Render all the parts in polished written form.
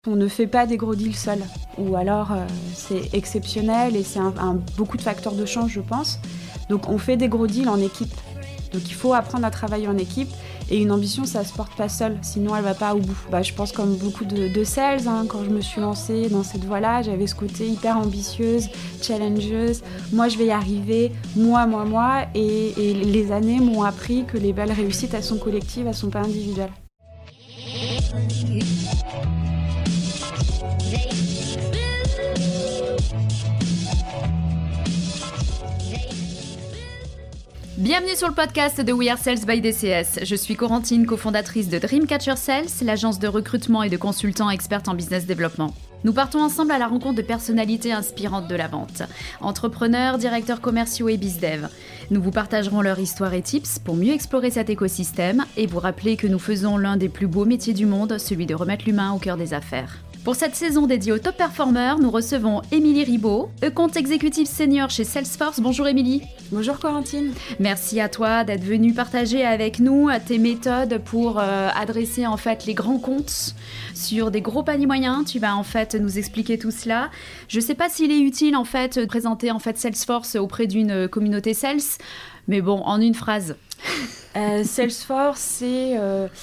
On ne fait pas des gros deals seuls, ou alors c'est exceptionnel et c'est beaucoup de facteurs de change, je pense. Donc on fait des gros deals en équipe. Donc il faut apprendre à travailler en équipe et une ambition, ça se porte pas seule, sinon elle va pas au bout. Je pense comme beaucoup de sales, quand je me suis lancée dans cette voie-là, j'avais ce côté hyper ambitieuse, challengeuse. Moi je vais y arriver, moi. Et les années m'ont appris que les belles réussites, elles sont collectives, elles sont pas individuelles. Bienvenue sur le podcast de We Are Sales by DCS. Je suis Corentine, cofondatrice de Dreamcatcher Sales, l'agence de recrutement et de consultants experts en business développement. Nous partons ensemble à la rencontre de personnalités inspirantes de la vente, entrepreneurs, directeurs commerciaux et bizdev. Nous vous partagerons leur histoire et tips pour mieux explorer cet écosystème et vous rappeler que nous faisons l'un des plus beaux métiers du monde, celui de remettre l'humain au cœur des affaires. Pour cette saison dédiée aux top performers, nous recevons Émilie Ribaud, account exécutive senior chez Salesforce. Bonjour Émilie. Bonjour Corentine. Merci à toi d'être venue partager avec nous tes méthodes pour adresser en fait les grands comptes sur des gros paniers moyens. Tu vas en fait nous expliquer tout cela. Je ne sais pas s'il est utile en fait de présenter en fait Salesforce auprès d'une communauté sales, mais bon, en une phrase. Salesforce, c'est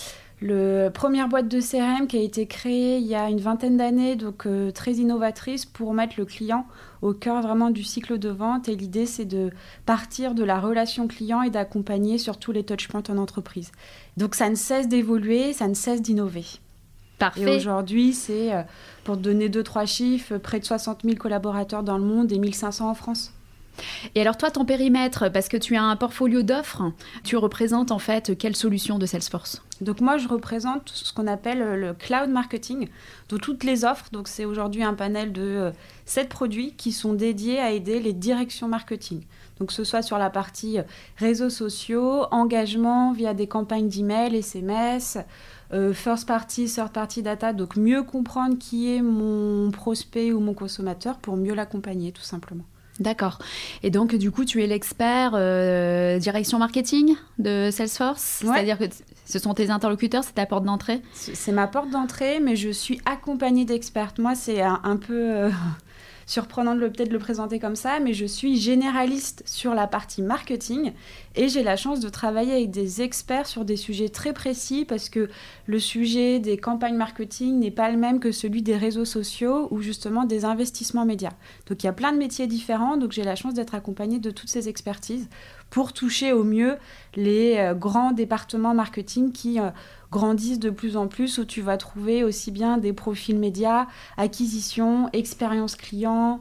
la première boîte de CRM qui a été créée il y a une vingtaine d'années, donc très innovatrice pour mettre le client au cœur vraiment du cycle de vente. Et l'idée, c'est de partir de la relation client et d'accompagner sur tous les touchpoints en entreprise. Donc ça ne cesse d'évoluer, ça ne cesse d'innover. Parfait. Et aujourd'hui, c'est, pour te donner 2-3 chiffres, près de 60 000 collaborateurs dans le monde et 1500 en France. Et alors toi, ton périmètre, parce que tu as un portfolio d'offres, tu représentes en fait quelle solution de Salesforce ? Donc moi, je représente ce qu'on appelle le cloud marketing, donc toutes les offres. Donc c'est aujourd'hui un panel de 7 produits qui sont dédiés à aider les directions marketing. Donc que ce soit sur la partie réseaux sociaux, engagement via des campagnes d'email, SMS, first party, third party data, donc mieux comprendre qui est mon prospect ou mon consommateur pour mieux l'accompagner tout simplement. D'accord. Et donc, du coup, tu es l'expert direction marketing de Salesforce. Ouais. C'est-à-dire que ce sont tes interlocuteurs, c'est ta porte d'entrée ? C'est ma porte d'entrée, mais je suis accompagnée d'expertes. Moi, c'est un peu surprenant peut-être de le présenter comme ça, mais je suis généraliste sur la partie marketing et j'ai la chance de travailler avec des experts sur des sujets très précis parce que le sujet des campagnes marketing n'est pas le même que celui des réseaux sociaux ou justement des investissements médias. Donc il y a plein de métiers différents, donc j'ai la chance d'être accompagnée de toutes ces expertises pour toucher au mieux les grands départements marketing qui grandissent de plus en plus, où tu vas trouver aussi bien des profils médias, acquisition, expérience client,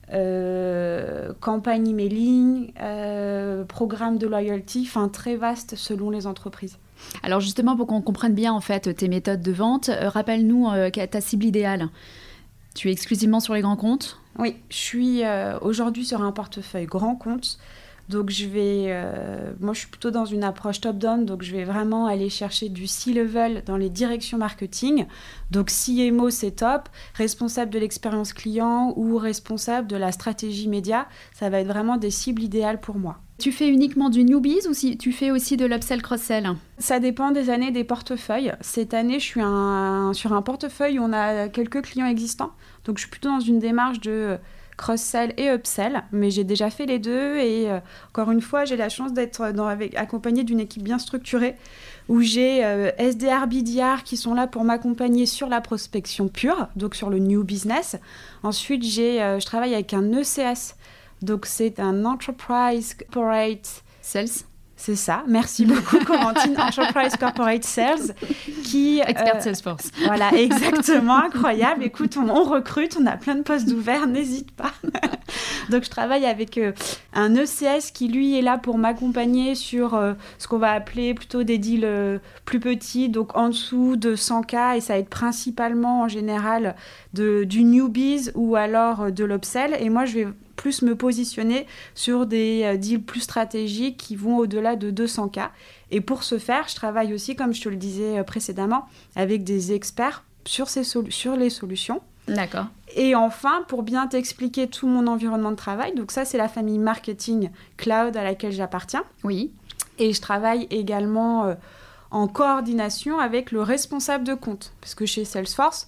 campagne emailing, programme de loyalty, enfin très vaste selon les entreprises. Alors justement, pour qu'on comprenne bien en fait tes méthodes de vente, rappelle-nous ta cible idéale. Tu es exclusivement sur les grands comptes ? Oui, je suis aujourd'hui sur un portefeuille grand compte. Donc moi je suis plutôt dans une approche top-down, donc je vais vraiment aller chercher du C-level dans les directions marketing. Donc CMO c'est top, responsable de l'expérience client ou responsable de la stratégie média, ça va être vraiment des cibles idéales pour moi. Tu fais uniquement du newbies ou si tu fais aussi de l'upsell cross-sell ? Ça dépend des années, des portefeuilles. Cette année, je suis sur un portefeuille où on a quelques clients existants, donc je suis plutôt dans une démarche de cross-sell et upsell, mais j'ai déjà fait les deux et encore une fois, j'ai la chance d'être accompagnée d'une équipe bien structurée où j'ai SDR, BDR qui sont là pour m'accompagner sur la prospection pure, donc sur le new business. Ensuite, je travaille avec un ECS, donc c'est un Enterprise Corporate Sales. C'est ça, merci beaucoup Corentine, Enterprise Corporate Sales, qui... Expert Salesforce. Voilà, exactement, incroyable. Écoute, on recrute, on a plein de postes ouverts, n'hésite pas. Donc, je travaille avec un ECS qui, lui, est là pour m'accompagner sur ce qu'on va appeler plutôt des deals plus petits, donc en dessous de 100K, et ça va être principalement, en général, du newbies ou alors de l'upsell. Et moi, je vais plus me positionner sur des deals plus stratégiques qui vont au-delà de 200K. Et pour ce faire, je travaille aussi, comme je te le disais précédemment, avec des experts sur les solutions. D'accord. Et enfin, pour bien t'expliquer tout mon environnement de travail, donc ça, c'est la famille marketing cloud à laquelle j'appartiens. Oui. Et je travaille également en coordination avec le responsable de compte. Parce que chez Salesforce,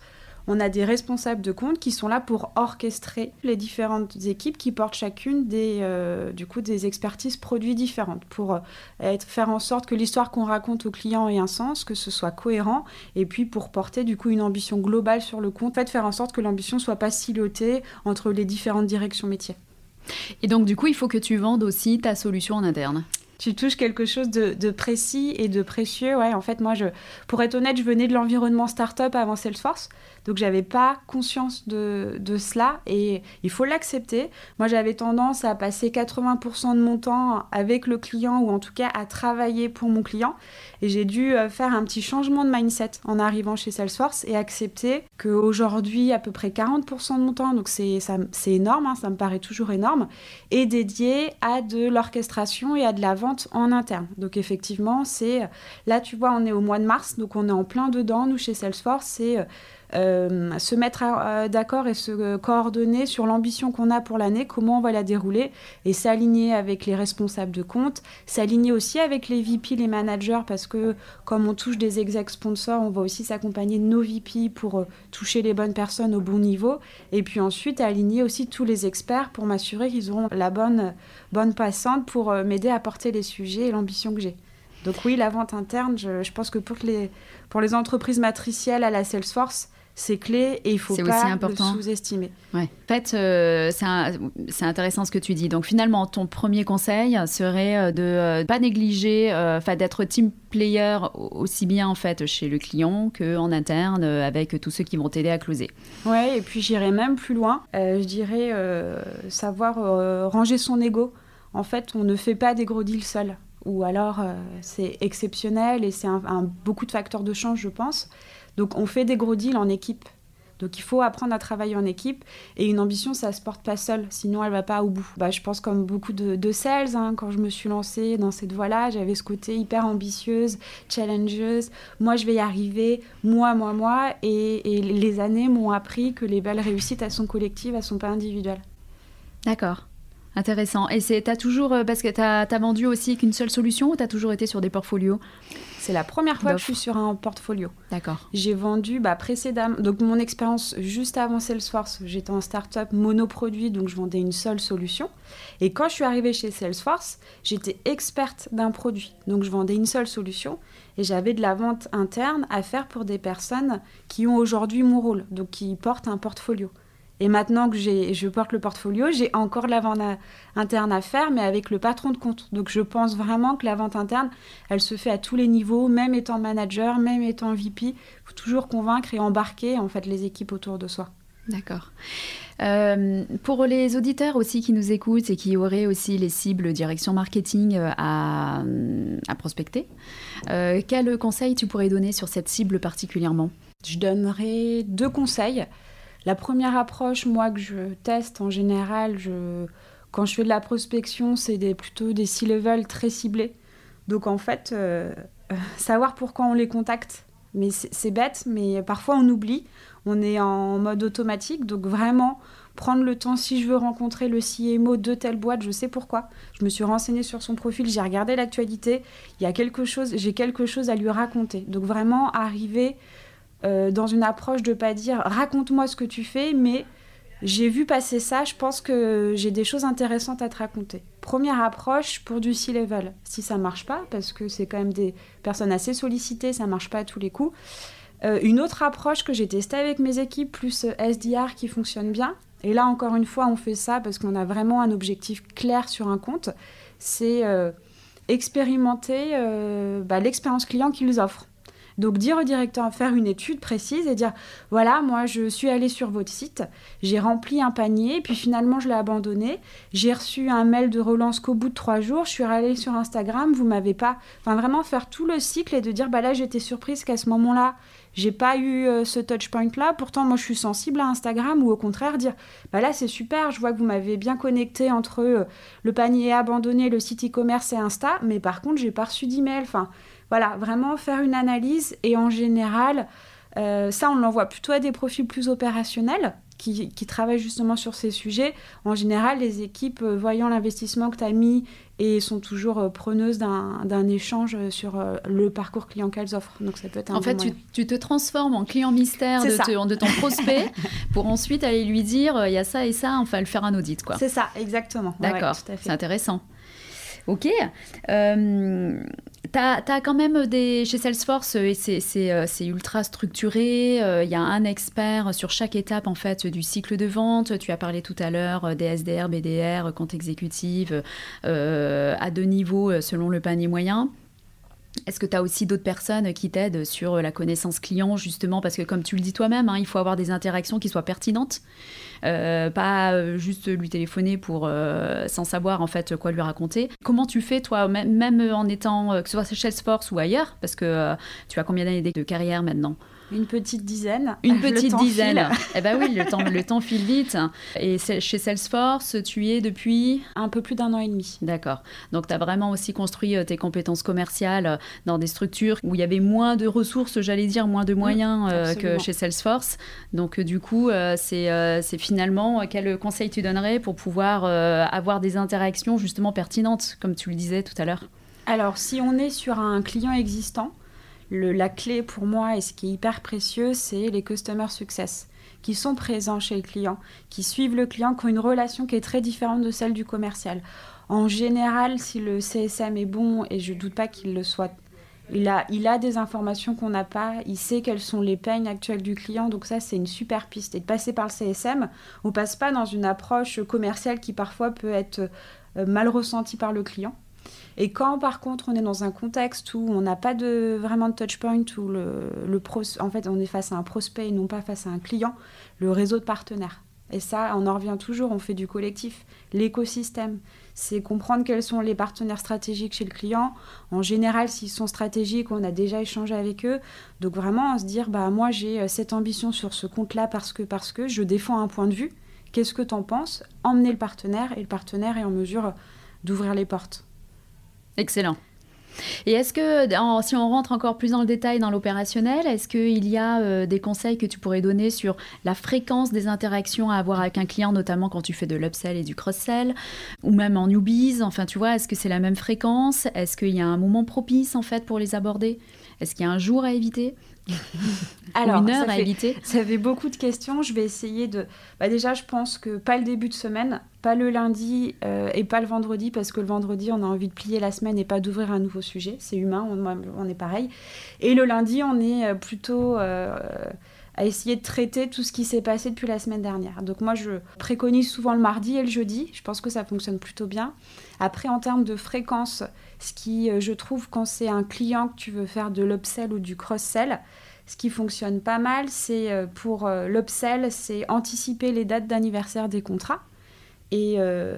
on a des responsables de compte qui sont là pour orchestrer les différentes équipes qui portent chacune des expertises produits différentes pour faire en sorte que l'histoire qu'on raconte au client ait un sens, que ce soit cohérent, et puis pour porter du coup une ambition globale sur le compte, faire en sorte que l'ambition ne soit pas silotée entre les différentes directions métiers. Et donc du coup, il faut que tu vendes aussi ta solution en interne. Tu touches quelque chose de précis et de précieux. Ouais, en fait, moi, pour être honnête, je venais de l'environnement start-up avant Salesforce. Donc, je n'avais pas conscience de cela et il faut l'accepter. Moi, j'avais tendance à passer 80% de mon temps avec le client ou en tout cas à travailler pour mon client. Et j'ai dû faire un petit changement de mindset en arrivant chez Salesforce et accepter qu'aujourd'hui, à peu près 40% de mon temps, donc c'est énorme, hein, ça me paraît toujours énorme, est dédié à de l'orchestration et à de la vente en interne. Donc effectivement, là tu vois, on est au mois de mars, donc on est en plein dedans, nous chez Salesforce, c'est se mettre d'accord et se coordonner sur l'ambition qu'on a pour l'année, comment on va la dérouler et s'aligner avec les responsables de compte, s'aligner aussi avec les VP, les managers, parce que comme on touche des execs sponsors, on va aussi s'accompagner de nos VP pour toucher les bonnes personnes au bon niveau et puis ensuite aligner aussi tous les experts pour m'assurer qu'ils auront la bonne passante pour m'aider à porter les sujets et l'ambition que j'ai. Donc oui, la vente interne, je pense que pour les entreprises matricielles à la Salesforce, c'est clé et il ne faut pas le sous-estimer. Ouais. En fait, c'est intéressant ce que tu dis. Donc finalement, ton premier conseil serait de ne pas négliger, d'être team player aussi bien en fait, chez le client qu'en interne avec tous ceux qui vont t'aider à closer. Oui, et puis j'irais même plus loin. Je dirais savoir ranger son ego. En fait, on ne fait pas des gros deals seuls. Ou alors c'est exceptionnel et c'est beaucoup de facteurs de change, je pense. Donc on fait des gros deals en équipe. Donc il faut apprendre à travailler en équipe et une ambition, ça ne se porte pas seule, sinon elle ne va pas au bout. Je pense comme beaucoup de sales, hein, quand je me suis lancée dans cette voie-là, j'avais ce côté hyper ambitieuse, challengeuse. Moi, je vais y arriver, moi. Et les années m'ont appris que les belles réussites, elles sont collectives, elles ne sont pas individuelles. D'accord. Intéressant. Et t'as toujours, parce que t'as vendu aussi qu'une seule solution ou t'as toujours été sur des portfolios ? C'est la première fois que je suis sur un portfolio. D'accord. J'ai vendu précédemment, donc mon expérience juste avant Salesforce, j'étais en start-up monoproduit, donc je vendais une seule solution. Et quand je suis arrivée chez Salesforce, j'étais experte d'un produit, donc je vendais une seule solution et j'avais de la vente interne à faire pour des personnes qui ont aujourd'hui mon rôle, donc qui portent un portfolio. Et maintenant que je porte le portfolio, j'ai encore de la vente interne à faire, mais avec le patron de compte. Donc je pense vraiment que la vente interne, elle se fait à tous les niveaux, même étant manager, même étant VP. Il faut toujours convaincre et embarquer en fait, les équipes autour de soi. D'accord. Pour les auditeurs aussi qui nous écoutent et qui auraient aussi les cibles direction marketing à prospecter, quel conseil tu pourrais donner sur cette cible particulièrement ? Je donnerais 2 conseils. La première approche, moi, que je teste en général, quand je fais de la prospection, c'est plutôt des C-level très ciblés. Donc, en fait, savoir pourquoi on les contacte. Mais c'est bête, mais parfois on oublie. On est en mode automatique. Donc, vraiment, prendre le temps. Si je veux rencontrer le CMO de telle boîte, je sais pourquoi. Je me suis renseignée sur son profil, j'ai regardé l'actualité. J'ai quelque chose à lui raconter. Donc, vraiment, arriver... dans une approche de pas dire raconte-moi ce que tu fais, mais j'ai vu passer ça, je pense que j'ai des choses intéressantes à te raconter. Première approche pour du C-level. Si ça marche pas, parce que c'est quand même des personnes assez sollicitées, ça marche pas à tous les coups. Une autre approche que j'ai testée avec mes équipes, plus SDR qui fonctionne bien, et là encore une fois on fait ça parce qu'on a vraiment un objectif clair sur un compte, c'est expérimenter l'expérience client qu'ils offrent. Donc, dire au directeur, faire une étude précise et dire, voilà, moi, je suis allée sur votre site, j'ai rempli un panier, puis finalement, je l'ai abandonné. J'ai reçu un mail de relance qu'au bout de 3 jours, je suis allée sur Instagram, vous m'avez pas... Enfin, vraiment faire tout le cycle et de dire, là, j'étais surprise qu'à ce moment-là, j'ai pas eu ce touchpoint-là. Pourtant, moi, je suis sensible à Instagram ou au contraire, dire, là, c'est super, je vois que vous m'avez bien connecté entre le panier abandonné, le site e-commerce et Insta, mais par contre, j'ai pas reçu d'email. Enfin... Voilà, vraiment faire une analyse et en général, Ça, on l'envoie plutôt à des profils plus opérationnels qui travaillent justement sur ces sujets. En général, les équipes, voyant l'investissement que tu as mis et sont toujours preneuses d'un échange sur le parcours client qu'elles offrent. Donc ça peut être un En fait, tu te transformes en client mystère de ton prospect pour ensuite aller lui dire il y a ça et ça, enfin le faire un audit, quoi. C'est ça, exactement. D'accord, tout à fait. C'est intéressant. Ok. T'as quand même chez Salesforce, c'est ultra structuré. Il y a un expert sur chaque étape en fait du cycle de vente. Tu as parlé tout à l'heure des SDR, BDR, compte exécutif, à 2 niveaux selon le panier moyen. Est-ce que tu as aussi d'autres personnes qui t'aident sur la connaissance client, justement, parce que comme tu le dis toi-même, il faut avoir des interactions qui soient pertinentes, pas juste lui téléphoner sans savoir en fait quoi lui raconter. Comment tu fais, toi, même en étant, que ce soit chez Salesforce ou ailleurs, parce que tu as combien d'années de carrière maintenant ? Une petite dizaine. Une petite dizaine. Eh ben oui, le temps file vite. Et chez Salesforce, tu y es depuis un peu plus d'1 an et demi. D'accord. Donc, tu as vraiment aussi construit tes compétences commerciales dans des structures où il y avait moins de ressources, j'allais dire, moins de moyens que chez Salesforce. Donc, du coup, c'est finalement quel conseil tu donnerais pour pouvoir avoir des interactions justement pertinentes, comme tu le disais tout à l'heure ? Alors, si on est sur un client existant, la clé pour moi et ce qui est hyper précieux, c'est les customer success qui sont présents chez le client, qui suivent le client, qui ont une relation qui est très différente de celle du commercial. En général, si le CSM est bon, et je ne doute pas qu'il le soit, il a des informations qu'on n'a pas, il sait quels sont les peines actuelles du client, donc ça c'est une super piste. Et de passer par le CSM, on ne passe pas dans une approche commerciale qui parfois peut être mal ressentie par le client. Et quand, par contre, on est dans un contexte où on n'a pas vraiment de touchpoint, où en fait, on est face à un prospect et non pas face à un client, le réseau de partenaires. Et ça, on en revient toujours, on fait du collectif. L'écosystème, c'est comprendre quels sont les partenaires stratégiques chez le client. En général, s'ils sont stratégiques, on a déjà échangé avec eux. Donc vraiment, se dire, moi, j'ai cette ambition sur ce compte-là parce que je défends un point de vue. Qu'est-ce que tu en penses ? Emmener le partenaire, et le partenaire est en mesure d'ouvrir les portes. Excellent. Et est-ce que, si on rentre encore plus dans le détail dans l'opérationnel, est-ce qu'il y a des conseils que tu pourrais donner sur la fréquence des interactions à avoir avec un client, notamment quand tu fais de l'upsell et du cross-sell, ou même en newbies, enfin tu vois, est-ce que c'est la même fréquence ? Est-ce qu'il y a un moment propice en fait pour les aborder ? Est-ce qu'il y a un jour à éviter ? Alors, une heure à éviter ? Ça fait beaucoup de questions. Je vais essayer de... déjà, je pense que pas le début de semaine, pas le lundi et pas le vendredi, parce que le vendredi, on a envie de plier la semaine et pas d'ouvrir un nouveau sujet. C'est humain, on est pareil. Et le lundi, on est plutôt à essayer de traiter tout ce qui s'est passé depuis la semaine dernière. Donc moi, je préconise souvent le mardi et le jeudi. Je pense que ça fonctionne plutôt bien. Après, en termes de fréquence, ce qui, je trouve, quand c'est un client que tu veux faire de l'upsell ou du cross-sell, ce qui fonctionne pas mal, c'est pour l'upsell, c'est anticiper les dates d'anniversaire des contrats et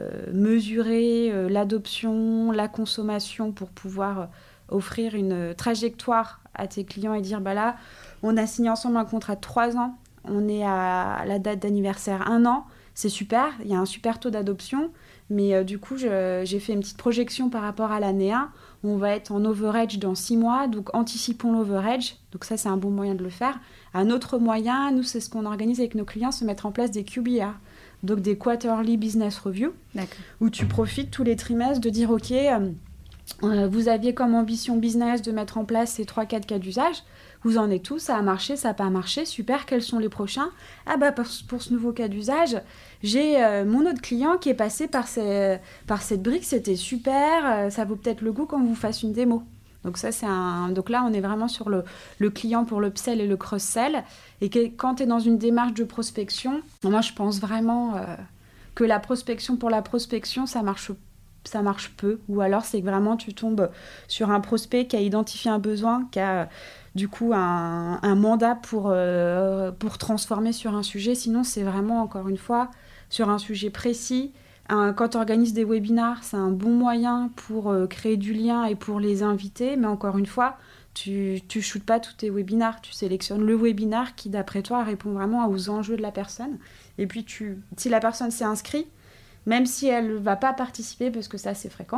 mesurer l'adoption, la consommation pour pouvoir offrir une trajectoire à tes clients et dire, là, on a signé ensemble un contrat de 3 ans, on est à la date d'anniversaire 1 an, c'est super, il y a un super taux d'adoption, mais du coup, j'ai fait une petite projection par rapport à l'année 1. On va être en overage dans 6 mois, donc anticipons l'overage. Donc ça, c'est un bon moyen de le faire. Un autre moyen, nous, c'est ce qu'on organise avec nos clients, se mettre en place des QBR, donc des Quarterly Business Review, où tu profites tous les trimestres de dire, OK, vous aviez comme ambition business de mettre en place ces 3-4 cas d'usage. Vous en êtes où ? Ça a marché, ça n'a pas marché, super, quels sont les prochains ? Pour ce nouveau cas d'usage, j'ai mon autre client qui est passé par cette brique, c'était super, ça vaut peut-être le coup qu'on vous fasse une démo. Donc ça, donc là, on est vraiment sur le client pour l'upsell et le cross-sell. Et quand tu es dans une démarche de prospection, moi, je pense vraiment que la prospection pour la prospection, ça marche peu. Ou alors, c'est que vraiment, tu tombes sur un prospect qui a identifié un besoin, qui a du coup un mandat pour transformer sur un sujet. Sinon, c'est vraiment, encore une fois, sur un sujet précis. Quand tu organises des webinars, c'est un bon moyen pour créer du lien et pour les inviter. Mais encore une fois, tu ne shootes pas tous tes webinars. Tu sélectionnes le webinar qui, d'après toi, répond vraiment aux enjeux de la personne. Et puis, si la personne s'est inscrite, même si elle ne va pas participer, parce que ça, c'est fréquent,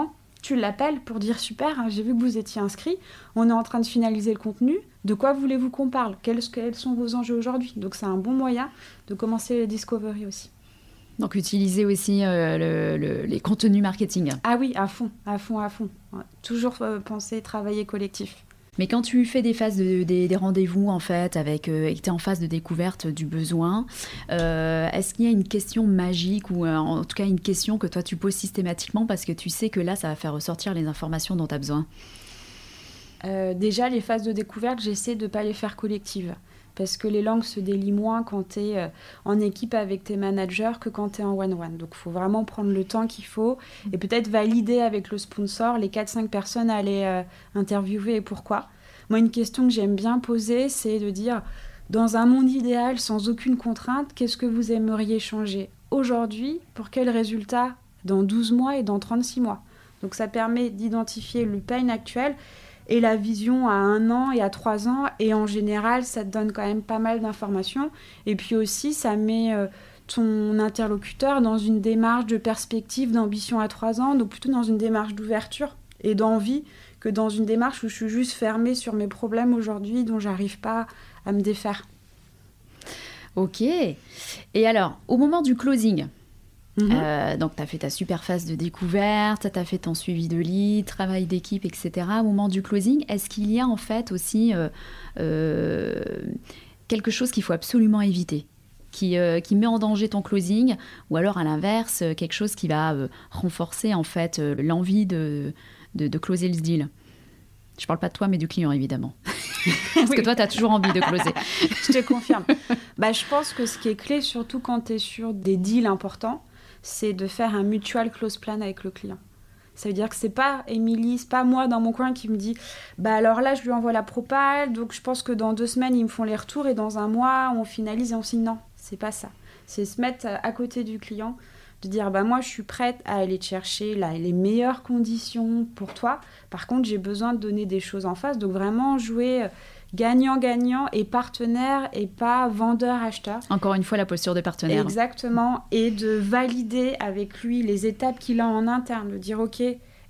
tu l'appelles pour dire super, hein, j'ai vu que vous étiez inscrit, on est en train de finaliser le contenu, de quoi voulez-vous qu'on parle, quels sont vos enjeux aujourd'hui? Donc c'est un bon moyen de commencer le discovery aussi. Donc utiliser aussi les contenus marketing. Ah oui, à fond. Ouais, toujours penser, travailler collectif. Mais quand tu fais des phases des rendez-vous en fait, et que tu es en phase de découverte du besoin, est-ce qu'il y a une question magique ou en tout cas une question que toi tu poses systématiquement parce que tu sais que là ça va faire ressortir les informations dont tu as besoin? Déjà, les phases de découverte, j'essaie de ne pas les faire collectives. Parce que les langues se délient moins quand tu es en équipe avec tes managers que quand tu es en one-one. Donc, il faut vraiment prendre le temps qu'il faut et peut-être valider avec le sponsor les 4-5 personnes à aller interviewer et pourquoi. Moi, une question que j'aime bien poser, c'est de dire, dans un monde idéal, sans aucune contrainte, qu'est-ce que vous aimeriez changer aujourd'hui? Pour quel résultat dans 12 mois et dans 36 mois? Donc, ça permet d'identifier le pain actuel et la vision à 1 an et à 3 ans. Et en général, ça te donne quand même pas mal d'informations. Et puis aussi, ça met ton interlocuteur dans une démarche de perspective, d'ambition à 3 ans, donc plutôt dans une démarche d'ouverture et d'envie que dans une démarche où je suis juste fermée sur mes problèmes aujourd'hui dont j'arrive pas à me défaire. Ok. Et alors, au moment du closing, donc, tu as fait ta super phase de découverte, tu as fait ton suivi de lead, travail d'équipe, etc. Au moment du closing, est-ce qu'il y a en fait aussi quelque chose qu'il faut absolument éviter, qui met en danger ton closing, ou alors à l'inverse, quelque chose qui va renforcer en fait l'envie de closer le deal? Je parle pas de toi, mais du client, évidemment. Parce que toi, tu as toujours envie de closer. Je te confirme. Je pense que ce qui est clé, surtout quand tu es sur des deals importants, c'est de faire un mutual close plan avec le client. Ça veut dire que c'est pas Émilie, c'est pas moi dans mon coin qui me dit alors là je lui envoie la propale, donc je pense que dans 2 semaines ils me font les retours et dans 1 mois on finalise et on signe. Non, c'est pas ça. C'est se mettre à côté du client, de dire moi je suis prête à aller te chercher les meilleures conditions pour toi. Par contre j'ai besoin de donner des choses en face, donc vraiment jouer gagnant-gagnant et partenaire et pas vendeur-acheteur. Encore une fois, la posture de partenaire. Exactement, et de valider avec lui les étapes qu'il a en interne, de dire ok,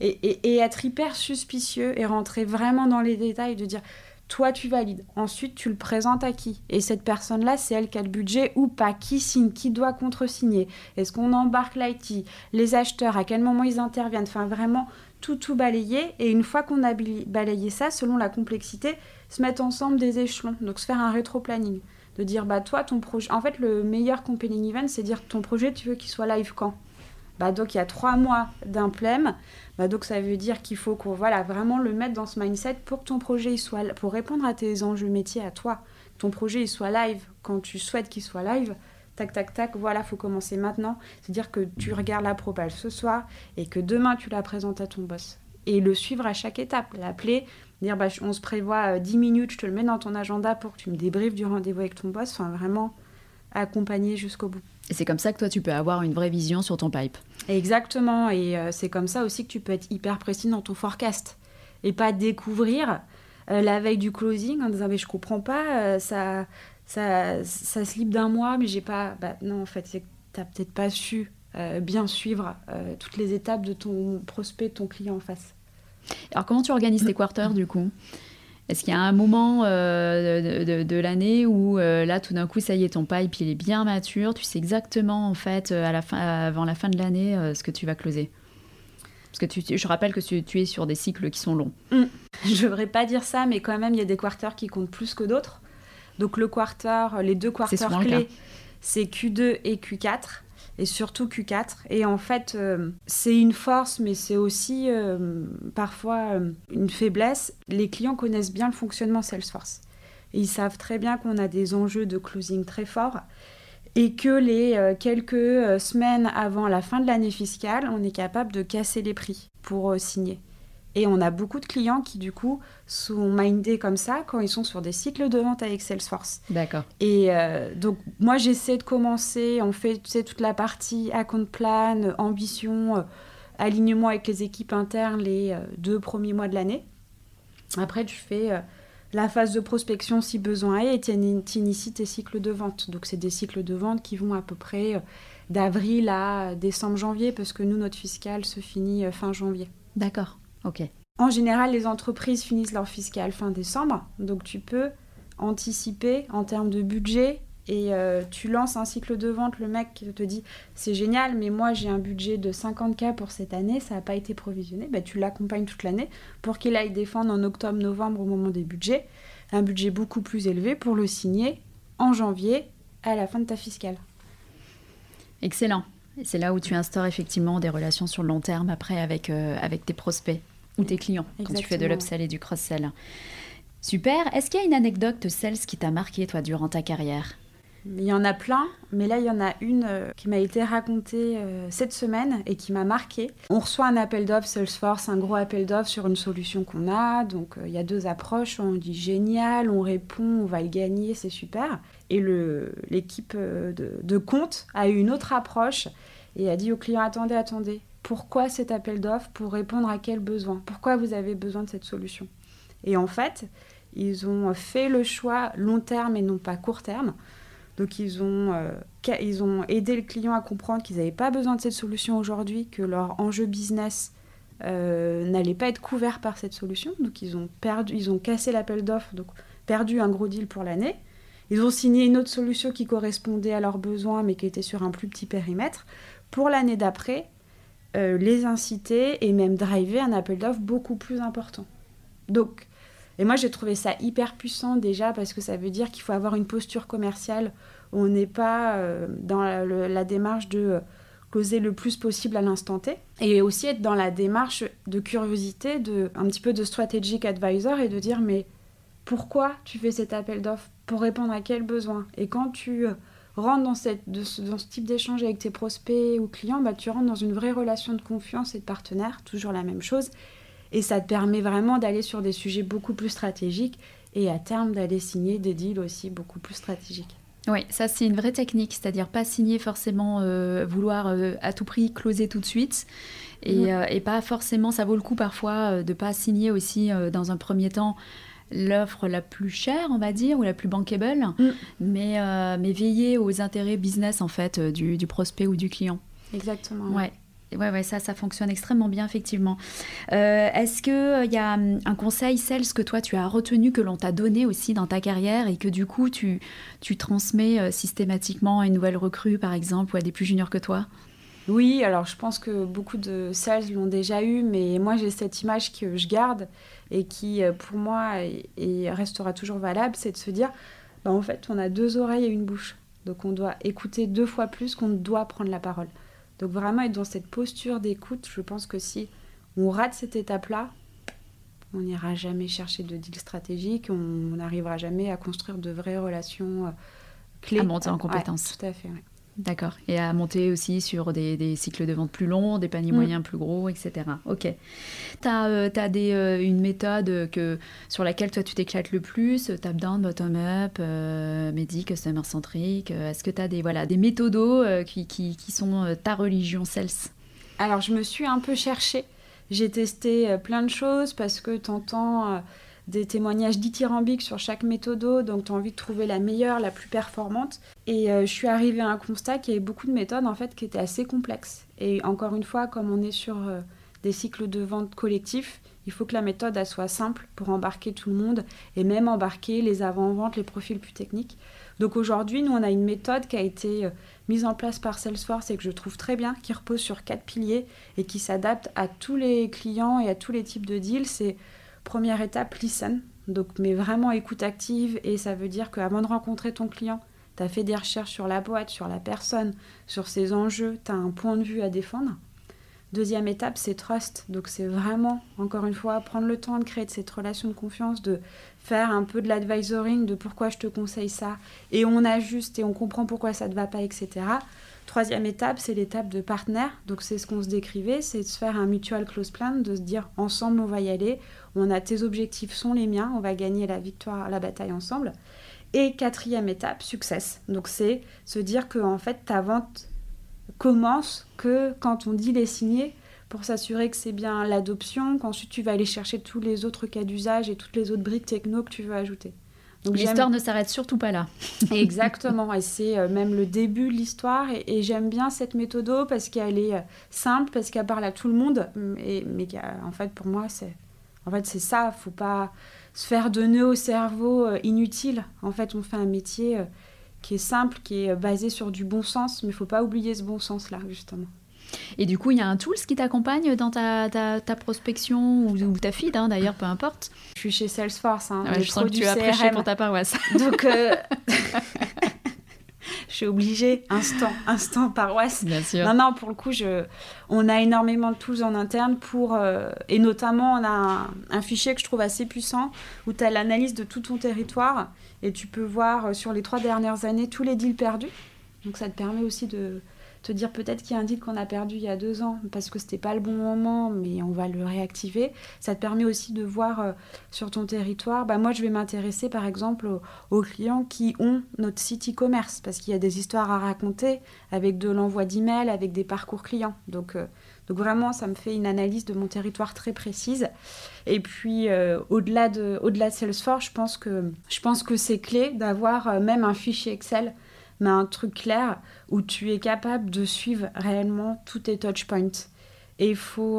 et être hyper suspicieux et rentrer vraiment dans les détails, de dire toi tu valides, ensuite tu le présentes à qui? Et cette personne-là, c'est elle qui a le budget ou pas? Qui signe? Qui doit contre-signer? Est-ce qu'on embarque l'IT? Les acheteurs, à quel moment ils interviennent? Enfin vraiment, tout balayer. Et une fois qu'on a balayé ça, selon la complexité, se mettre ensemble des échelons. Donc se faire un rétro-planning. De dire, toi, ton projet... En fait, le meilleur compelling event, c'est dire ton projet, tu veux qu'il soit live quand? Donc il y a 3 mois d'implème. Donc ça veut dire qu'il faut qu'on vraiment le mettre dans ce mindset pour que ton projet il soit pour répondre à tes enjeux métiers à toi. Ton projet il soit live quand tu souhaites qu'il soit live. Tac, tac, tac, faut commencer maintenant. C'est-à-dire que tu regardes la propale ce soir et que demain tu la présentes à ton boss. Et le suivre à chaque étape. L'appeler, dire on se prévoit 10 minutes, je te le mets dans ton agenda pour que tu me débriefes du rendez-vous avec ton boss. Enfin vraiment accompagner jusqu'au bout. Et c'est comme ça que toi, tu peux avoir une vraie vision sur ton pipe. Exactement. Et c'est comme ça aussi que tu peux être hyper précis dans ton forecast. Et pas découvrir la veille du closing en disant je comprends pas, ça slip d'1 mois, mais j'ai pas... non, en fait, c'est que t'as peut-être pas su bien suivre toutes les étapes de ton prospect, de ton client en face. Alors, comment tu organises tes quarters, du coup ? Est-ce qu'il y a un moment de l'année où là, tout d'un coup, ça y est, ton pipe, il est bien mature, tu sais exactement, en fait, avant la fin de l'année, ce que tu vas closer? Parce que je rappelle que tu es sur des cycles qui sont longs. Je ne devrais pas dire ça, mais quand même, il y a des quarters qui comptent plus que d'autres. Donc, les 2 quarters clés, c'est Q2 et Q4. Et surtout Q4. Et en fait, c'est une force, mais c'est aussi parfois une faiblesse. Les clients connaissent bien le fonctionnement Salesforce. Et ils savent très bien qu'on a des enjeux de closing très forts et que les quelques semaines avant la fin de l'année fiscale, on est capable de casser les prix pour signer. Et on a beaucoup de clients qui, du coup, sont mindés comme ça quand ils sont sur des cycles de vente avec Salesforce. D'accord. Et donc, moi, j'essaie de commencer. On fait toute la partie account plan, ambition, alignement avec les équipes internes les 2 premiers mois de l'année. Après, tu fais la phase de prospection si besoin est et tu inities tes cycles de vente. Donc, c'est des cycles de vente qui vont à peu près d'avril à décembre-janvier parce que nous, notre fiscal se finit fin janvier. D'accord, ok. En général, les entreprises finissent leur fiscal fin décembre, donc tu peux anticiper en termes de budget et tu lances un cycle de vente. Le mec te dit c'est génial, mais moi j'ai un budget de 50K pour cette année, ça n'a pas été provisionné. Tu l'accompagnes toute l'année pour qu'il aille défendre en octobre-novembre au moment des budgets un budget beaucoup plus élevé pour le signer en janvier à la fin de ta fiscale. Excellent. Et c'est là où tu instaures effectivement des relations sur le long terme après avec tes prospects ou tes clients. Exactement. Quand tu fais de l'upsell et du cross-sell. Super. Est-ce qu'il y a une anecdote de sales qui t'a marqué, toi, durant ta carrière ? Il y en a plein, mais là, il y en a une qui m'a été racontée cette semaine et qui m'a marquée. On reçoit un appel d'offres Salesforce, un gros appel d'offres sur une solution qu'on a. Donc, il y a 2 approches. On dit génial, on répond, on va le gagner, c'est super. Et l'équipe de compte a eu une autre approche et a dit au client, attendez. Pourquoi cet appel d'offres ? Pour répondre à quel besoin ? Pourquoi vous avez besoin de cette solution ? Et en fait, ils ont fait le choix long terme et non pas court terme. Donc, ils ont aidé le client à comprendre qu'ils n'avaient pas besoin de cette solution aujourd'hui, que leur enjeu business n'allait pas être couvert par cette solution. Donc, ils ont cassé l'appel d'offres, donc perdu un gros deal pour l'année. Ils ont signé une autre solution qui correspondait à leurs besoins, mais qui était sur un plus petit périmètre. Pour l'année d'après, les inciter et même driver un appel d'offres beaucoup plus important. Donc, et moi, j'ai trouvé ça hyper puissant déjà parce que ça veut dire qu'il faut avoir une posture commerciale où on n'est pas dans la démarche de closer le plus possible à l'instant T et aussi être dans la démarche de curiosité, un petit peu de strategic advisor et de dire mais pourquoi tu fais cet appel d'offres ? Pour répondre à quel besoin ? Et quand tu rentres dans ce type d'échange avec tes prospects ou clients, tu rentres dans une vraie relation de confiance et de partenaire, toujours la même chose. Et ça te permet vraiment d'aller sur des sujets beaucoup plus stratégiques et à terme d'aller signer des deals aussi beaucoup plus stratégiques. Oui, ça c'est une vraie technique, c'est-à-dire pas signer forcément, vouloir à tout prix closer tout de suite et pas forcément, ça vaut le coup parfois de pas signer aussi dans un premier temps l'offre la plus chère, on va dire, ou la plus bankable, mais veiller aux intérêts business en fait du prospect ou du client. Exactement. Ouais. Ouais, ça fonctionne extrêmement bien, effectivement. Est-ce qu'il y a un conseil sales que toi, tu as retenu, que l'on t'a donné aussi dans ta carrière et que du coup, tu transmets systématiquement à une nouvelle recrue, par exemple, ou à des plus juniors que toi ? Oui, alors je pense que beaucoup de sales l'ont déjà eu, mais moi, j'ai cette image que je garde et qui, pour moi, et restera toujours valable, c'est de se dire, en fait, on a 2 oreilles et une bouche. Donc, on doit écouter 2 fois plus qu'on doit prendre la parole. Donc vraiment être dans cette posture d'écoute, je pense que si on rate cette étape-là, on n'ira jamais chercher de deal stratégique, on n'arrivera jamais à construire de vraies relations clés. À monter en compétences. Ouais, tout à fait, ouais. D'accord. Et à monter aussi sur des cycles de vente plus longs, des paniers moyens plus gros, etc. Ok. Tu as une méthode sur laquelle toi tu t'éclates le plus, top-down, bottom-up, Medi, customer-centric. Est-ce que tu as des méthodos qui sont ta religion sales ? Alors, je me suis un peu cherchée. J'ai testé plein de choses parce que tu entends des témoignages dithyrambiques sur chaque méthodo, donc tu as envie de trouver la meilleure, la plus performante. Et je suis arrivée à un constat qu'il y avait beaucoup de méthodes en fait, qui étaient assez complexes. Et encore une fois, comme on est sur des cycles de vente collectifs, il faut que la méthode elle soit simple pour embarquer tout le monde et même embarquer les avant-ventes, les profils plus techniques. Donc aujourd'hui, nous, on a une méthode qui a été mise en place par Salesforce et que je trouve très bien, qui repose sur 4 piliers et qui s'adapte à tous les clients et à tous les types de deals. C'est première étape, listen, donc, mais vraiment écoute active, et ça veut dire qu'avant de rencontrer ton client, tu as fait des recherches sur la boîte, sur la personne, sur ses enjeux, tu as un point de vue à défendre. Deuxième étape, c'est trust, donc c'est vraiment, encore une fois, prendre le temps de créer cette relation de confiance, de faire un peu de l'advisoring, de pourquoi je te conseille ça, et on ajuste et on comprend pourquoi ça ne te va pas, etc. Troisième étape, c'est l'étape de partenaire. Donc, c'est ce qu'on se décrivait, c'est de se faire un mutual close plan, de se dire ensemble, on va y aller. On a tes objectifs sont les miens, on va gagner la victoire, la bataille ensemble. Et quatrième étape, success. Donc, c'est se dire que en fait, ta vente commence que quand on dit les signer pour s'assurer que c'est bien l'adoption, qu'ensuite tu vas aller chercher tous les autres cas d'usage et toutes les autres briques techno que tu veux ajouter. Donc, l'histoire ne s'arrête surtout pas là. Exactement, et c'est même le début de l'histoire, et j'aime bien cette méthode parce qu'elle est simple, parce qu'elle parle à tout le monde, mais en fait pour moi c'est ça, faut pas se faire de nœuds au cerveau inutile. En fait on fait un métier qui est simple, qui est basé sur du bon sens, mais il faut pas oublier ce bon sens là justement. Et du coup, il y a un tools qui t'accompagne dans ta prospection ou ta feed, d'ailleurs, peu importe. Je suis chez Salesforce. Je sens que tu as prêché pour ta paroisse. Donc, je suis obligée, instant paroisse. Bien sûr. Non, pour le coup, on a énormément de tools en interne et notamment, on a un fichier que je trouve assez puissant où tu as l'analyse de tout ton territoire et tu peux voir sur les 3 dernières années tous les deals perdus. Donc, ça te permet aussi de te dire peut-être qu'il y a un deal qu'on a perdu il y a 2 ans parce que c'était pas le bon moment, mais on va le réactiver. Ça te permet aussi de voir sur ton territoire. Moi, je vais m'intéresser par exemple aux clients qui ont notre site e-commerce parce qu'il y a des histoires à raconter avec de l'envoi d'emails, avec des parcours clients. Donc vraiment, ça me fait une analyse de mon territoire très précise. Et puis, au-delà de Salesforce, je pense que c'est clé d'avoir même un fichier Excel, mais un truc clair où tu es capable de suivre réellement tous tes touchpoints. Et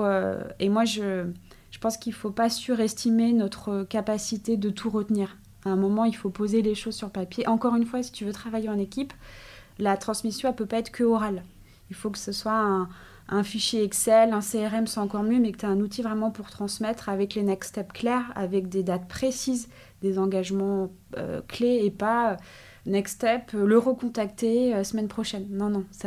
moi, je pense qu'il ne faut pas surestimer notre capacité de tout retenir. À un moment, il faut poser les choses sur papier. Encore une fois, si tu veux travailler en équipe, la transmission, elle ne peut pas être que orale. Il faut que ce soit un fichier Excel, un CRM, c'est encore mieux, mais que tu aies un outil vraiment pour transmettre avec les next steps clairs, avec des dates précises, des engagements clés et pas... Next step, le recontacter semaine prochaine. Non, ça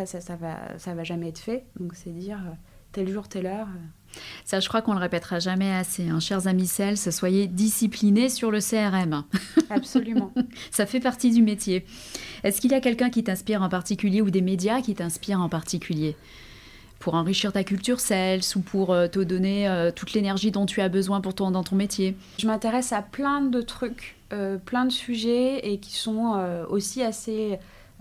va jamais être fait. Donc c'est dire tel jour, telle heure. Ça, je crois qu'on le répétera jamais assez. Chers amis sales, soyez disciplinés sur le CRM. Absolument. Ça fait partie du métier. Est-ce qu'il y a quelqu'un qui t'inspire en particulier ou des médias qui t'inspirent en particulier pour enrichir ta culture sales ou pour te donner toute l'énergie dont tu as besoin dans ton métier? Je m'intéresse à plein de trucs, plein de sujets et qui sont aussi assez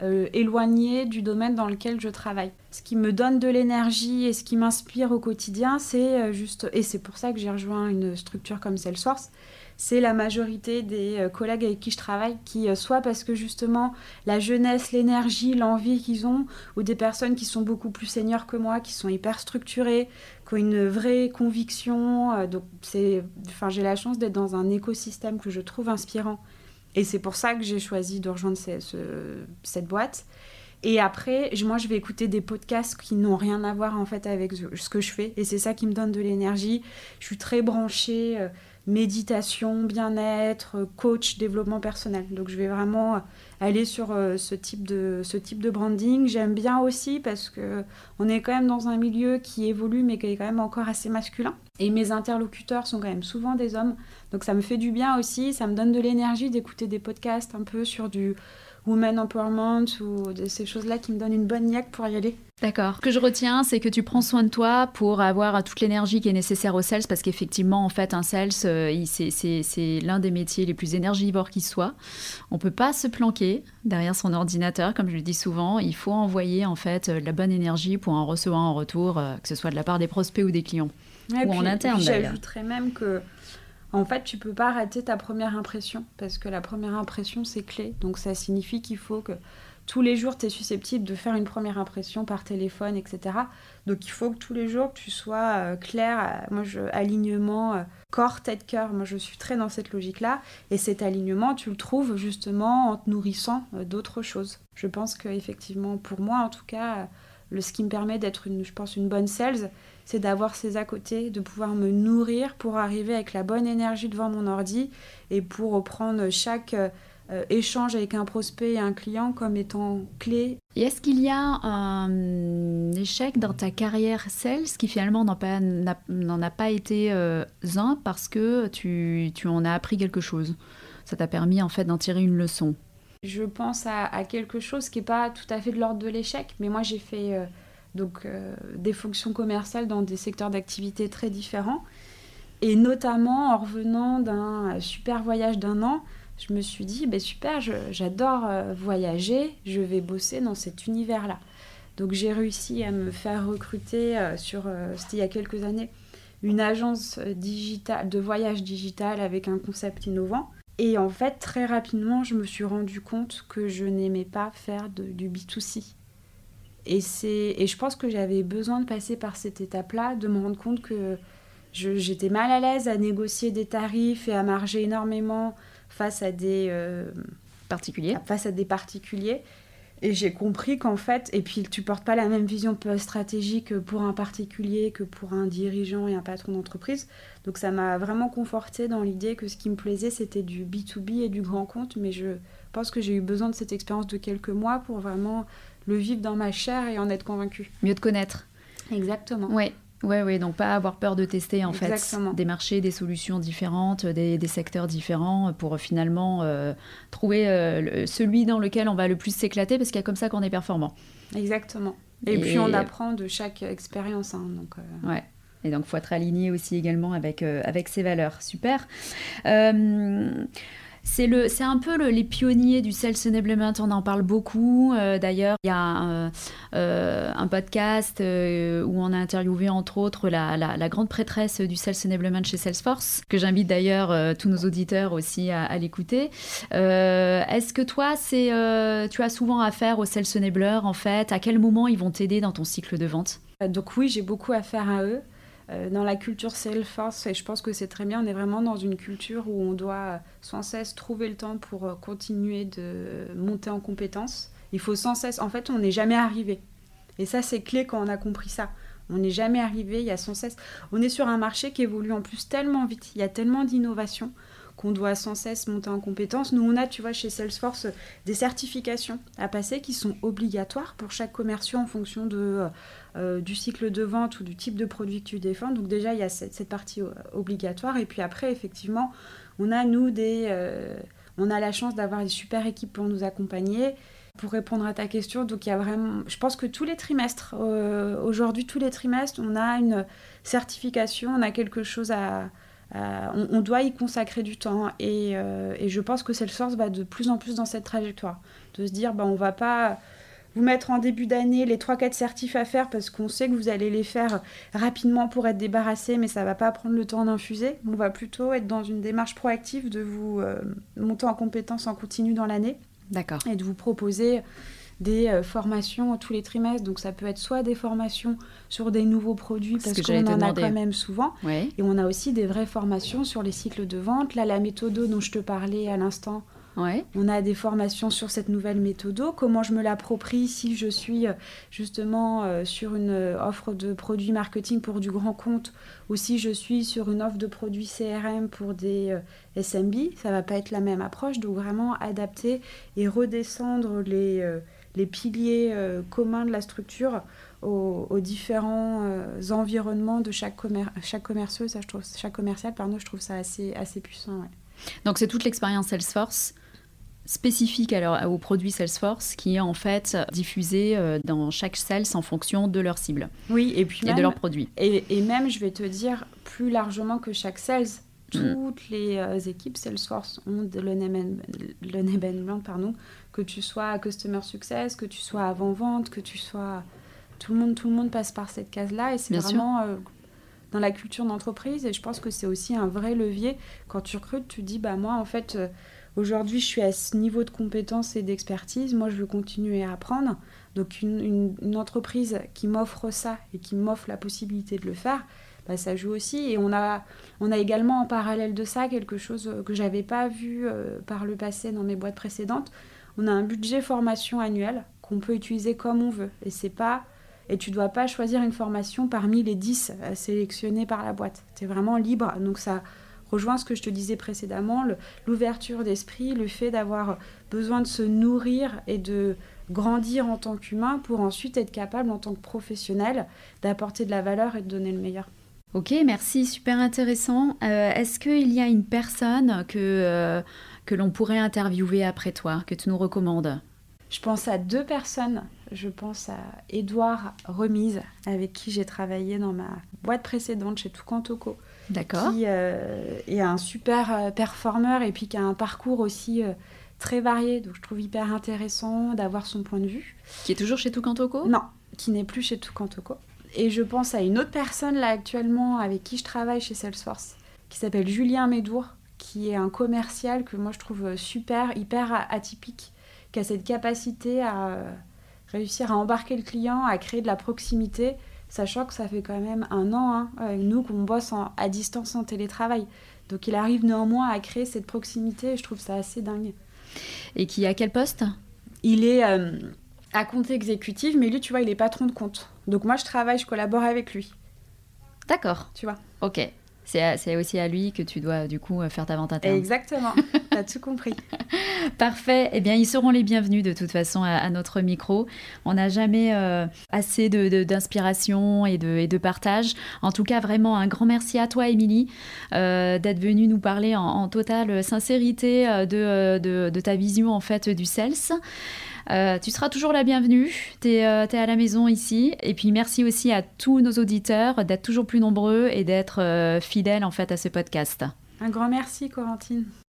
éloignés du domaine dans lequel je travaille. Ce qui me donne de l'énergie et ce qui m'inspire au quotidien, c'est et c'est pour ça que j'ai rejoint une structure comme Salesforce, c'est la majorité des collègues avec qui je travaille qui, soit parce que justement la jeunesse, l'énergie, l'envie qu'ils ont, ou des personnes qui sont beaucoup plus seniors que moi, qui sont hyper structurées, qui ont une vraie conviction. Donc j'ai la chance d'être dans un écosystème que je trouve inspirant. Et c'est pour ça que j'ai choisi de rejoindre cette boîte. Et après, moi, je vais écouter des podcasts qui n'ont rien à voir en fait avec ce que je fais. Et c'est ça qui me donne de l'énergie. Je suis très branchée méditation, bien-être, coach, développement personnel. Donc, je vais vraiment aller sur ce type de branding. J'aime bien aussi parce qu'on est quand même dans un milieu qui évolue, mais qui est quand même encore assez masculin. Et mes interlocuteurs sont quand même souvent des hommes. Donc, ça me fait du bien aussi. Ça me donne de l'énergie d'écouter des podcasts un peu sur du women empowerment ou de ces choses-là qui me donnent une bonne niaque pour y aller. D'accord. Ce que je retiens, c'est que tu prends soin de toi pour avoir toute l'énergie qui est nécessaire au sales, parce qu'effectivement, en fait, un sales, c'est l'un des métiers les plus énergivores qui soit. On peut pas se planquer derrière son ordinateur, comme je le dis souvent. Il faut envoyer en fait la bonne énergie pour en recevoir en retour, que ce soit de la part des prospects ou des clients, ou en interne d'ailleurs. J'ajouterais même que en fait, tu peux pas rater ta première impression parce que la première impression, c'est clé. Donc, ça signifie qu'il faut que tous les jours, tu es susceptible de faire une première impression par téléphone, etc. Donc, il faut que tous les jours, tu sois clair. Alignement corps, tête, cœur. Moi, je suis très dans cette logique-là. Et cet alignement, tu le trouves justement en te nourrissant d'autres choses. Je pense qu'effectivement, pour moi, en tout cas, ce qui me permet d'être, une bonne sales, c'est d'avoir ces à côté, de pouvoir me nourrir pour arriver avec la bonne énergie devant mon ordi et pour reprendre chaque échange avec un prospect et un client comme étant clé. Et est-ce qu'il y a un échec dans ta carrière sales qui finalement n'en a pas été un parce que tu en as appris quelque chose? Ça t'a permis en fait d'en tirer une leçon? Je pense à quelque chose qui n'est pas tout à fait de l'ordre de l'échec, mais moi j'ai fait des fonctions commerciales dans des secteurs d'activité très différents. Et notamment en revenant d'un super voyage d'1 an, je me suis dit, super, j'adore voyager, je vais bosser dans cet univers-là. Donc j'ai réussi à me faire recruter c'était il y a quelques années, une agence digitale, de voyage digital avec un concept innovant. Et en fait, très rapidement, je me suis rendu compte que je n'aimais pas faire du B2C. Et je pense que j'avais besoin de passer par cette étape-là, de me rendre compte que j'étais mal à l'aise à négocier des tarifs et à marger énormément face à des particuliers. Et j'ai compris qu'en fait, et puis tu portes pas la même vision stratégique pour un particulier que pour un dirigeant et un patron d'entreprise. Donc ça m'a vraiment confortée dans l'idée que ce qui me plaisait, c'était du B2B et du grand compte. Mais je pense que j'ai eu besoin de cette expérience de quelques mois pour vraiment le vivre dans ma chair et en être convaincue. Mieux te connaître. Exactement. Oui, donc pas avoir peur de tester en Exactement. fait des marchés, des solutions différentes, des secteurs différents pour finalement trouver celui dans lequel on va le plus s'éclater parce qu'il y a comme ça qu'on est performant. Exactement. Et puis on apprend de chaque expérience. Donc, Ouais. Et donc il faut être aligné aussi également avec ses valeurs. Super. C'est un peu les pionniers du Sales Enablement, on en parle beaucoup. D'ailleurs, il y a un podcast où on a interviewé entre autres la grande prêtresse du Sales Enablement chez Salesforce, que j'invite d'ailleurs tous nos auditeurs aussi à l'écouter. Est-ce que toi, tu as souvent affaire aux Sales Enablers en fait? À quel moment ils vont t'aider dans ton cycle de vente? Donc oui, j'ai beaucoup affaire à eux. Dans la culture Salesforce, et je pense que c'est très bien, on est vraiment dans une culture où on doit sans cesse trouver le temps pour continuer de monter en compétences. Il faut sans cesse, en fait, on n'est jamais arrivé. Et ça, c'est clé quand on a compris ça. On n'est jamais arrivé, il y a sans cesse... On est sur un marché qui évolue en plus tellement vite, il y a tellement d'innovations qu'on doit sans cesse monter en compétences. Nous, on a, tu vois, chez Salesforce, des certifications à passer qui sont obligatoires pour chaque commercial en fonction du cycle de vente ou du type de produit que tu défends. Donc déjà, il y a cette partie obligatoire. Et puis après, effectivement, on a, nous, on a la chance d'avoir des super équipes pour nous accompagner. Pour répondre à ta question, donc il y a vraiment... Je pense que tous les trimestres, aujourd'hui, tous les trimestres, on a une certification, on a quelque chose on doit y consacrer du temps et je pense que Salesforce va de plus en plus dans cette trajectoire de se dire on va pas vous mettre en début d'année les 3-4 certifs à faire parce qu'on sait que vous allez les faire rapidement pour être débarrassé mais ça va pas prendre le temps d'infuser. On va plutôt être dans une démarche proactive de vous monter en compétences en continu dans l'année. D'accord. Et de vous proposer des formations tous les trimestres. Donc ça peut être soit des formations sur des nouveaux produits parce qu'on en a quand même souvent. Ouais. Et on a aussi des vraies formations sur les cycles de vente. Là, la méthode dont je te parlais à l'instant, ouais. On a des formations sur cette nouvelle méthode. Comment je me l'approprie si je suis justement sur une offre de produits marketing pour du grand compte ou si je suis sur une offre de produits CRM pour des SMB. Ça ne va pas être la même approche. Donc vraiment adapter et redescendre les piliers communs de la structure aux différents environnements de chaque commercial. Ça, je trouve ça assez puissant. Ouais. Donc c'est toute l'expérience Salesforce spécifique aux produits Salesforce qui est en fait diffusée dans chaque sales en fonction de leur cible. Oui, et puis même, de leurs produits. Et même, je vais te dire, plus largement que chaque sales, toutes les équipes Salesforce ont l'enablement, que tu sois à Customer Success, que tu sois avant-vente, que tu sois... Tout le monde passe par cette case-là et c'est Bien vraiment dans la culture d'entreprise et je pense que c'est aussi un vrai levier. Quand tu recrutes, tu dis, moi, en fait, aujourd'hui, je suis à ce niveau de compétence et d'expertise. Moi, je veux continuer à apprendre. Donc, une entreprise qui m'offre ça et qui m'offre la possibilité de le faire, ça joue aussi. Et on a également en parallèle de ça quelque chose que je n'avais pas vu par le passé dans mes boîtes précédentes. On a un budget formation annuel qu'on peut utiliser comme on veut. Et tu ne dois pas choisir une formation parmi les 10 sélectionnés par la boîte. Tu es vraiment libre. Donc ça rejoint ce que je te disais précédemment, l'ouverture d'esprit, le fait d'avoir besoin de se nourrir et de grandir en tant qu'humain pour ensuite être capable en tant que professionnel d'apporter de la valeur et de donner le meilleur. Ok, merci, super intéressant. Est-ce qu'il y a une personne que l'on pourrait interviewer après toi, que tu nous recommandes ? Je pense à 2 personnes. Je pense à Édouard Remise, avec qui j'ai travaillé dans ma boîte précédente chez Toucan Toco. D'accord. Qui est un super performeur et puis qui a un parcours aussi très varié. Donc je trouve hyper intéressant d'avoir son point de vue. Qui est toujours chez Toucan Toco ? Non, qui n'est plus chez Toucan Toco. Et je pense à une autre personne là actuellement avec qui je travaille chez Salesforce, qui s'appelle Julien Médour, qui est un commercial que moi je trouve super, hyper atypique, qui a cette capacité à réussir à embarquer le client, à créer de la proximité, sachant que ça fait quand même 1 an, avec nous, qu'on bosse à distance en télétravail. Donc il arrive néanmoins à créer cette proximité et je trouve ça assez dingue. Et qui est à quel poste ? Il est à compte exécutif, mais lui, tu vois, il est patron de compte. Donc moi, je collabore avec lui. D'accord. Tu vois. Ok. C'est aussi à lui que tu dois, du coup, faire ta vente interne. Exactement. T'as tout compris. Parfait. Eh bien, ils seront les bienvenus, de toute façon, à notre micro. On n'a jamais assez d'inspiration et de partage. En tout cas, vraiment, un grand merci à toi, Émilie, d'être venue nous parler en totale sincérité de ta vision, en fait, du sales. Tu seras toujours la bienvenue, t'es à la maison ici. Et puis merci aussi à tous nos auditeurs d'être toujours plus nombreux et d'être fidèles en fait à ce podcast. Un grand merci, Corentine.